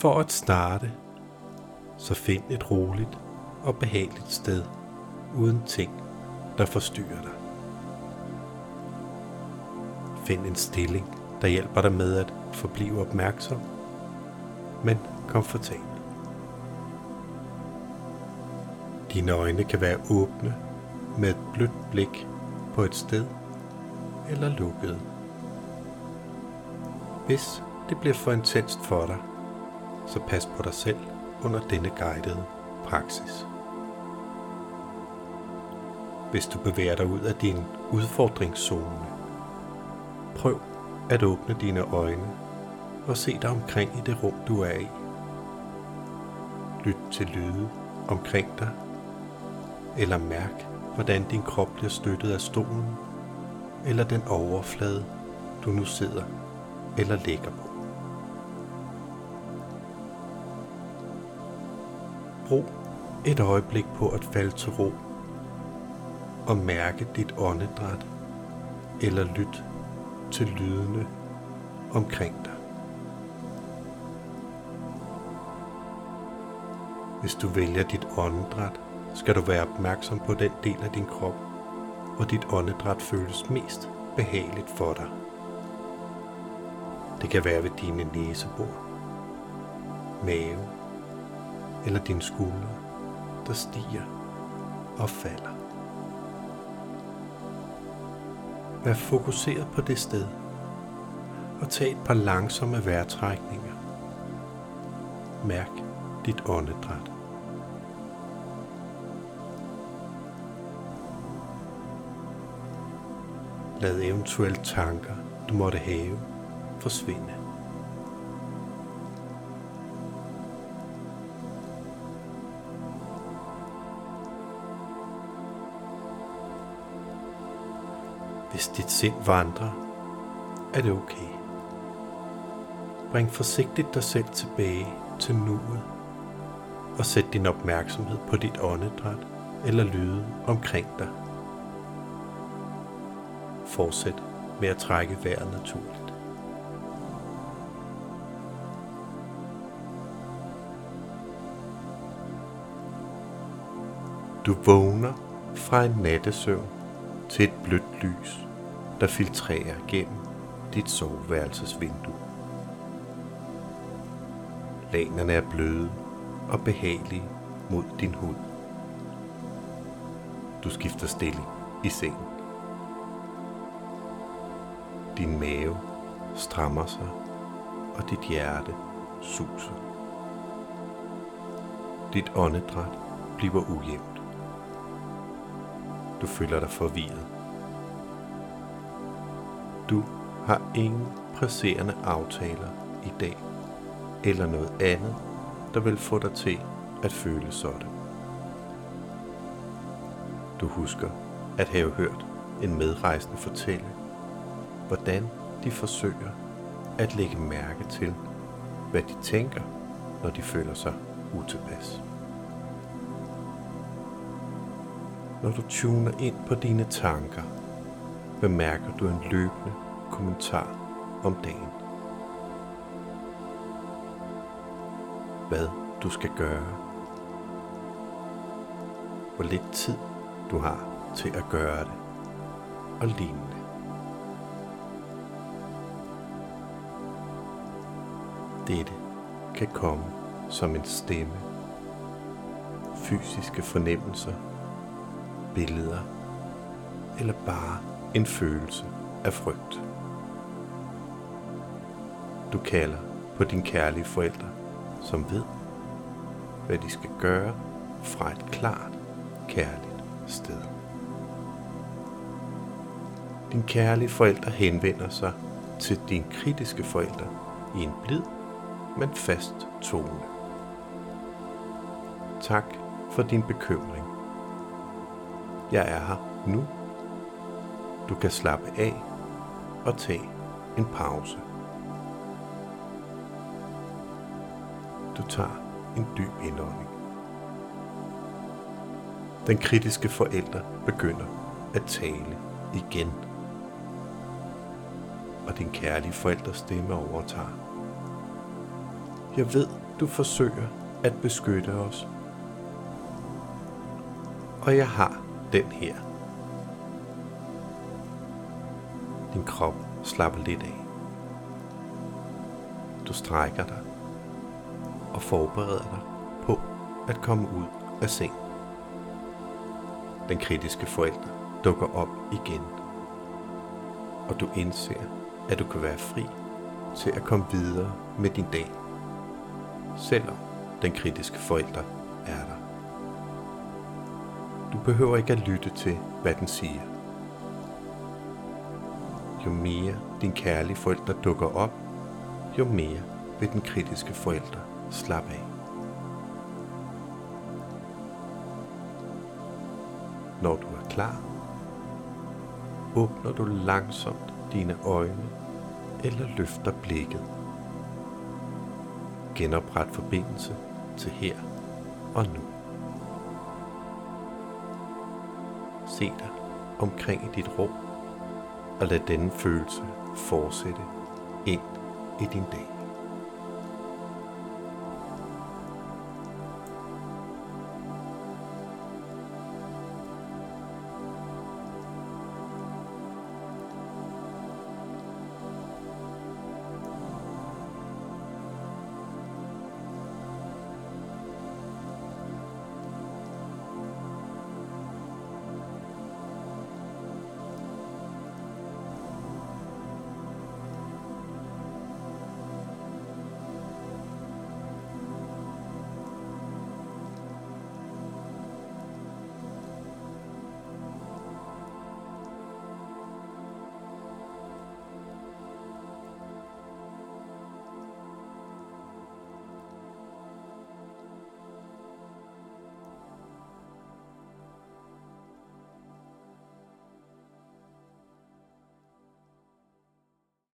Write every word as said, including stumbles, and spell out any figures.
For at starte, så find et roligt og behageligt sted uden ting, der forstyrrer dig. Find en stilling, der hjælper dig med at forblive opmærksom, men komfortabel. Dine øjne kan være åbne med et blødt blik på et sted eller lukkede. Hvis det bliver for intenst for dig, så pas på dig selv under denne guidede praksis. Hvis du bevæger dig ud af din udfordringszone, prøv at åbne dine øjne og se dig omkring i det rum, du er i. Lyt til lyde omkring dig, eller mærk, hvordan din krop bliver støttet af stolen, eller den overflade, du nu sidder eller ligger på. Brug et øjeblik på at falde til ro og mærke dit åndedræt, eller lyt til lydene omkring dig. Hvis du vælger dit åndedræt, skal du være opmærksom på den del af din krop, hvor dit åndedræt føles mest behageligt for dig. Det kan være ved dine næsebor, mave eller dine skuldre, der stiger og falder. Vær fokuseret på det sted og tag et par langsomme vejrtrækninger. Mærk dit åndedræt. Lad eventuelle tanker, du måtte have, forsvinde. Hvis dit sind vandrer, er det okay. Bring forsigtigt dig selv tilbage til nuet og sæt din opmærksomhed på dit åndedræt eller lyde omkring dig. Fortsæt med at trække vejret naturligt. Du vågner fra en nattesøvn til et blødt lys, der filtrerer gennem dit soveværelsesvindue. Lagnerne er bløde og behagelige mod din hud. Du skifter stilling i sengen. Din mave strammer sig, og dit hjerte suser. Dit åndedræt bliver ujævnt. Du føler dig forvirret. Du har ingen presserende aftaler i dag, eller noget andet, der vil få dig til at føle sådan. Du husker at have hørt en medrejsende fortælle, hvordan de forsøger at lægge mærke til, hvad de tænker, når de føler sig utilpas. Når du tuner ind på dine tanker, bemærker du en løbende kommentar om dagen. Hvad du skal gøre. Hvor lidt tid du har til at gøre det, og lignende. Dette kan komme som en stemme, fysiske fornemmelser, billeder eller bare en følelse af frygt. Du kalder på dine kærlige forældre, som ved, hvad de skal gøre fra et klart, kærligt sted. Dine kærlige forældre henvender sig til dine kritiske forældre i en blid, men fast tone. Tak for din bekymring. Jeg er her nu. Du kan slappe af og tage en pause. Du tager en dyb indånding. Den kritiske forælder begynder at tale igen. Og din kærlige forældres stemme overtager. Jeg ved, du forsøger at beskytte os. Og jeg har den her. Din krop slapper lidt af. Du strækker dig og forbereder dig på at komme ud af sengen. Den kritiske forælder dukker op igen, og du indser, at du kan være fri til at komme videre med din dag, selvom den kritiske forælder er der. Du behøver ikke at lytte til, hvad den siger. Jo mere din kærlige forælder dukker op, jo mere vil den kritiske forælder slappe af. Når du er klar, åbner du langsomt dine øjne eller løfter blikket. Genopret forbindelse til her og nu. Se dig omkring i dit rum og lad denne følelse fortsætte ind i din dag.